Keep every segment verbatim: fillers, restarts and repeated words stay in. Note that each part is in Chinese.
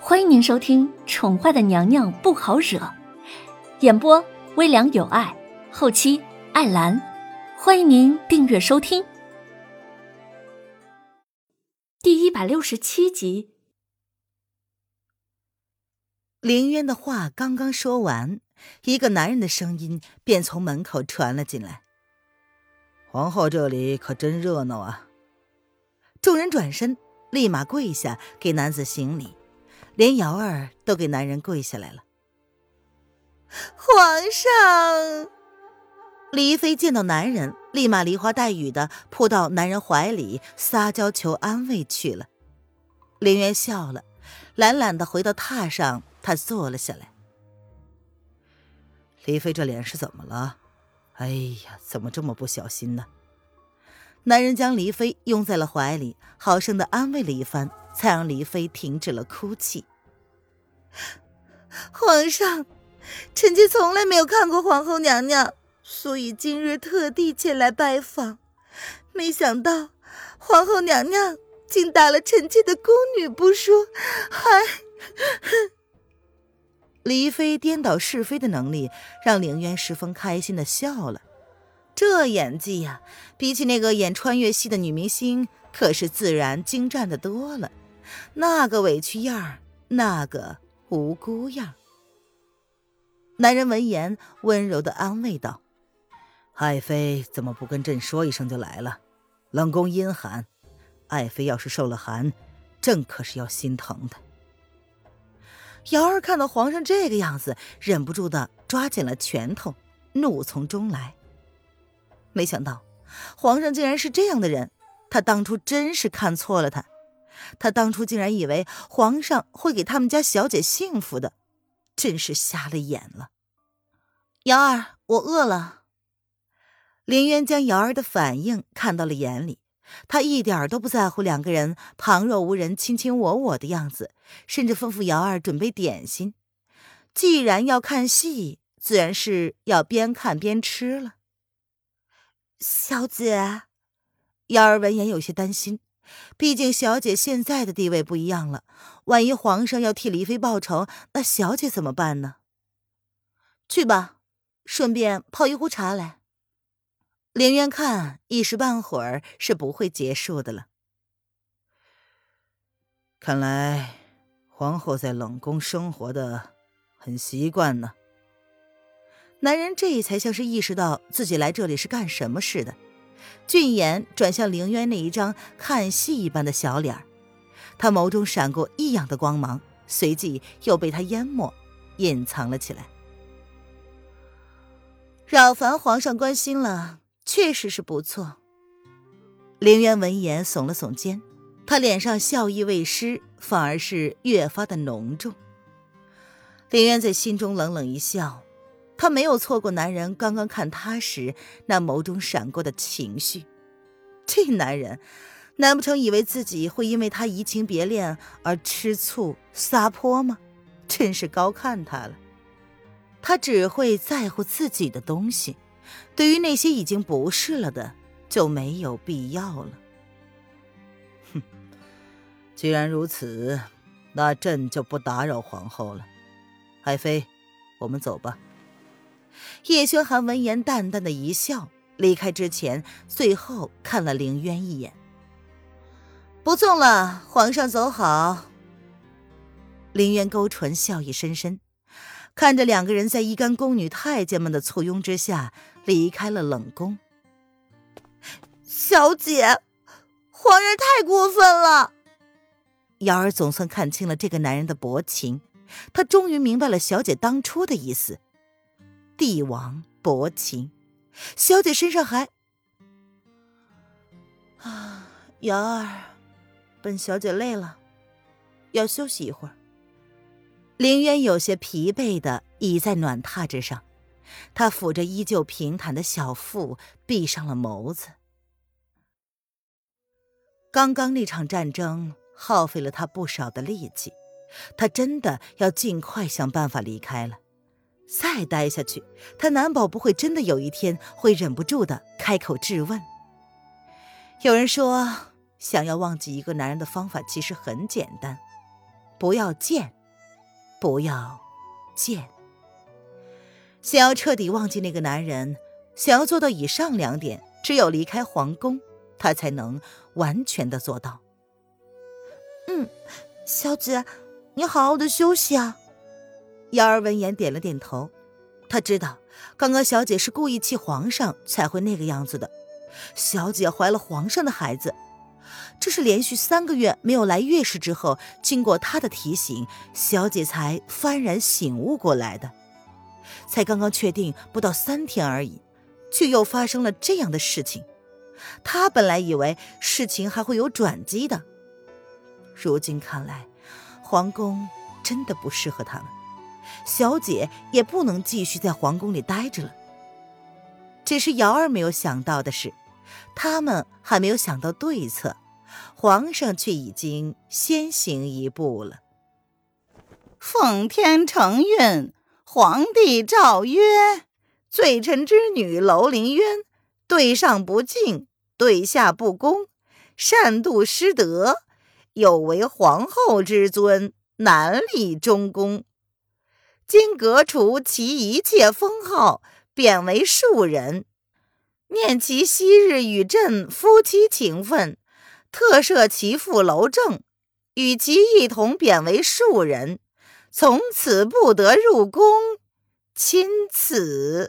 欢迎您收听《宠坏的娘娘不好惹》，演播微凉有爱，后期艾兰。欢迎您订阅收听。第一百六十七集。 凌渊的话刚刚说完，一个男人的声音便从门口传了进来：“ 皇后这里可真热闹啊！” 众人转身，立马跪下给男子行礼，连瑶儿都给男人跪下来了。皇上！黎妃见到男人，立马梨花带雨的扑到男人怀里，撒娇求安慰去了。凌渊笑了，懒懒的回到榻上，他坐了下来。 黎妃这脸是怎么了？哎呀，怎么这么不小心呢？ 男人将黎妃拥在了怀里，好生的安慰了一番，才让黎妃停止了哭泣。皇上，臣妾从来没有看过皇后娘娘，所以今日特地前来拜访，没想到皇后娘娘竟打了臣妾的宫女不说，还……黎妃颠倒是非的能力让凌渊十分开心的笑了。这演技呀、啊，比起那个演穿越戏的女明星可是自然精湛的多了。那个委屈样，那个无辜样。男人闻言温柔的安慰道：“ 爱妃怎么不跟朕说一声就来了？冷宫阴寒，爱妃要是受了寒，朕可是要心疼的。” 瑶儿看到皇上这个样子，忍不住的抓紧了拳头，怒从中来。没想到皇上竟然是这样的人，他当初真是看错了他。他当初竟然以为皇上会给他们家小姐幸福的，真是瞎了眼了。瑶儿，我饿了。凌渊将瑶儿的反应看到了眼里，他一点都不在乎两个人旁若无人卿卿我我的样子，甚至吩咐瑶儿准备点心。既然要看戏，自然是要边看边吃了。小姐，瑶儿闻言有些担心，毕竟小姐现在的地位不一样了，万一皇上要替黎妃报仇，那小姐怎么办呢？去吧，顺便泡一壶茶来。凌渊看一时半会儿是不会结束的了。 看来皇后在冷宫生活的很习惯呢。 男人这才像是意识到自己来这里是干什么似的，俊眼转向凌渊那一张看戏一般的小脸，他眸中闪过异样的光芒，随即又被他淹没，隐藏了起来。扰烦皇上关心了，确实是不错。凌渊闻言耸了耸肩，他脸上笑意未失，反而是越发的浓重。凌渊在心中冷冷一笑，他没有错过男人刚刚看他时那眸中闪过的情绪。这男人难不成以为自己会因为他移情别恋而吃醋撒泼吗？真是高看他了。他只会在乎自己的东西，对于那些已经不是了的就没有必要了。 哼，既然如此，那朕就不打扰皇后了。爱妃，我们走吧。 叶轩寒闻言淡淡的一笑，离开之前最后看了凌渊一眼。不送了，皇上走好。凌渊勾唇笑意深深，看着两个人在一干宫女太监们的簇拥之下离开了冷宫。小姐，皇上太过分了。瑶儿总算看清了这个男人的薄情，她终于明白了小姐当初的意思。帝王薄情，小姐身上还……啊，瑶儿，本小姐累了，要休息一会儿。凌渊有些疲惫地倚在暖榻之上，他抚着依旧平坦的小腹，闭上了眸子。刚刚那场战争耗费了他不少的力气，他真的要尽快想办法离开了。再待下去，他难保不会真的有一天会忍不住的开口质问。有人说，想要忘记一个男人的方法其实很简单，不要见， 不要见。想要彻底忘记那个男人，想要做到以上两点，只有离开皇宫，他才能完全的做到。 嗯，小姐，你好好的休息啊。 瑶儿闻言点了点头，她知道刚刚小姐是故意气皇上才会那个样子的。小姐怀了皇上的孩子，这是连续三个月没有来月事之后，经过她的提醒，小姐才幡然醒悟过来的。才刚刚确定不到三天而已，却又发生了这样的事情。她本来以为事情还会有转机的，如今看来，皇宫真的不适合他们，小姐也不能继续在皇宫里待着了。只是瑶儿没有想到的是，他们还没有想到对策，皇上却已经先行一步了。 奉天承运，皇帝诏曰：罪臣之女楼凌渊，对上不敬，对下不恭，擅妒失德，有违皇后之尊，难立中宫。今革除其一切封号，贬为庶人，念其昔日与朕夫妻情分，特赦其父楼正，与其一同贬为庶人，从此不得入宫。钦此。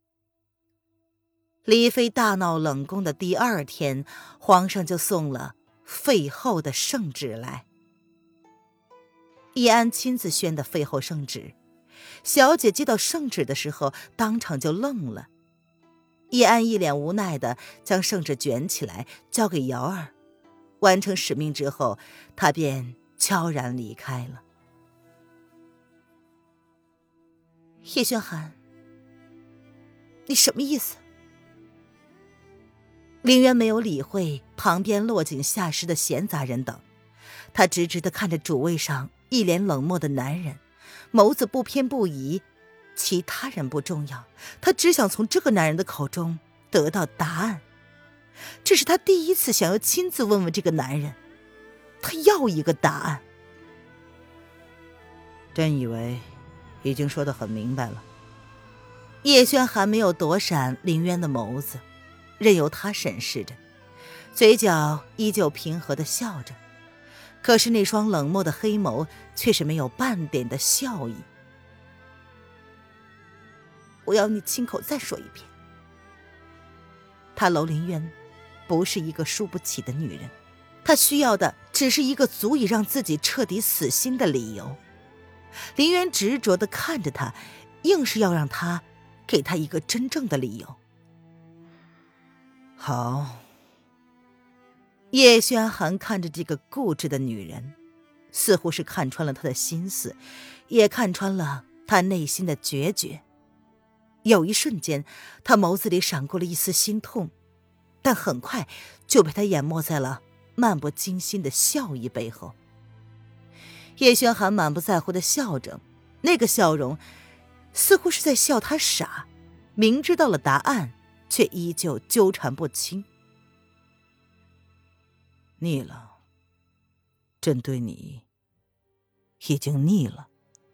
李妃大闹冷宫的第二天，皇上就送了废后的圣旨来。叶安亲自宣的废后圣旨，小姐接到圣旨的时候当场就愣了。叶安一脸无奈地将圣旨卷起来交给瑶儿，完成使命之后，他便悄然离开了。叶轩寒，你什么意思？凌渊没有理会旁边落井下石的闲杂人等，他直直地看着主位上一脸冷漠的男人，眸子不偏不倚。其他人不重要，他只想从这个男人的口中得到答案。这是他第一次想要亲自问问这个男人，他要一个答案。 朕以为已经说得很明白了。 叶轩寒没有躲闪凌渊的眸子，任由他审视着，嘴角依旧平和地笑着，可是那双冷漠的黑眸却是没有半点的笑意。我要你亲口再说一遍，她楼凌渊不是一个输不起的女人，她需要的只是一个足以让自己彻底死心的理由。凌渊执着地看着她，硬是要让她给他一个真正的理由。 好。 叶轩寒看着这个固执的女人，似乎是看穿了她的心思，也看穿了她内心的决绝。有一瞬间，他眸子里闪过了一丝心痛，但很快就被他淹没在了漫不经心的笑意背后。叶轩寒满不在乎地笑着，那个笑容似乎是在笑他傻，明知道了答案，却依旧纠缠不清。 腻了，朕对你已经腻了。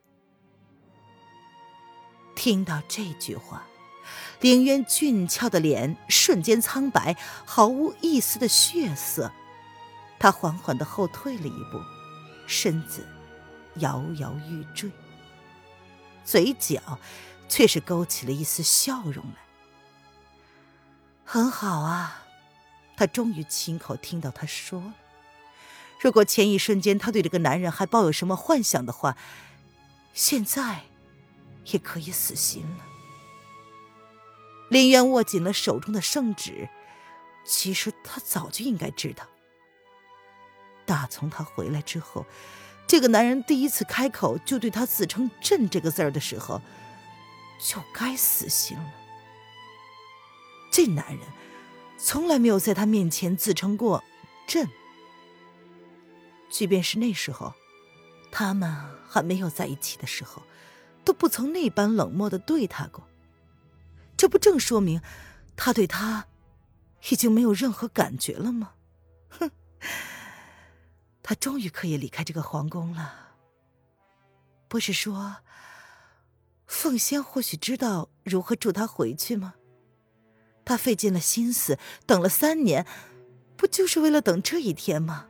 听到这句话，凌渊俊俏的脸瞬间苍白，毫无一丝的血色。他缓缓地后退了一步，身子摇摇欲坠，嘴角却是勾起了一丝笑容来。很好啊，他终于亲口听到他说了。如果前一瞬间他对这个男人还抱有什么幻想的话，现在也可以死心了。凌渊握紧了手中的圣旨，其实他早就应该知道，打从他回来之后，这个男人第一次开口就对他自称朕这个字儿的时候，就该死心了。这男人从来没有在他面前自称过朕，即便是那时候他们还没有在一起的时候，都不曾那般冷漠地对他过。这不正说明他对他已经没有任何感觉了吗？哼，他终于可以离开这个皇宫了， 不是说凤仙或许知道如何助他回去吗？他费尽了心思，等了三年，不就是为了等这一天吗？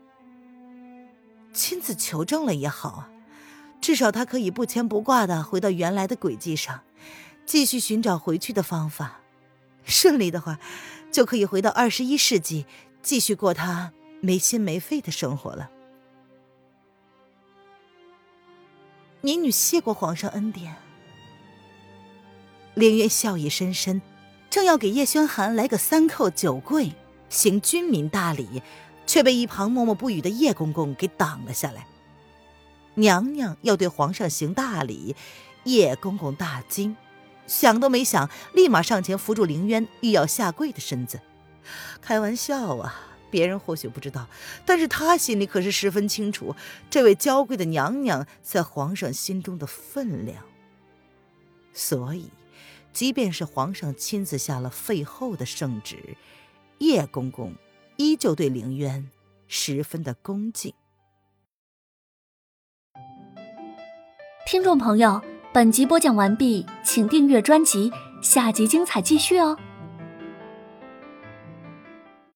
亲自求证了也好啊，至少他可以不牵不挂地回到原来的轨迹上，继续寻找回去的方法。顺利的话，就可以回到二十一世纪，继续过他没心没肺的生活了。民女谢过皇上恩典。凌渊笑意深深，正要给叶宣寒来个三叩九跪，行君民大礼，却被一旁默默不语的叶公公给挡了下来。娘娘要对皇上行大礼，叶公公大惊，想都没想，立马上前扶住凌渊欲要下跪的身子。开玩笑啊，别人或许不知道，但是他心里可是十分清楚，这位娇贵的娘娘在皇上心中的分量。所以即便是皇上亲自下了废后的圣旨，叶公公依旧对凌渊十分的恭敬。 听众朋友，本集播讲完毕，请订阅专辑，下集精彩继续哦。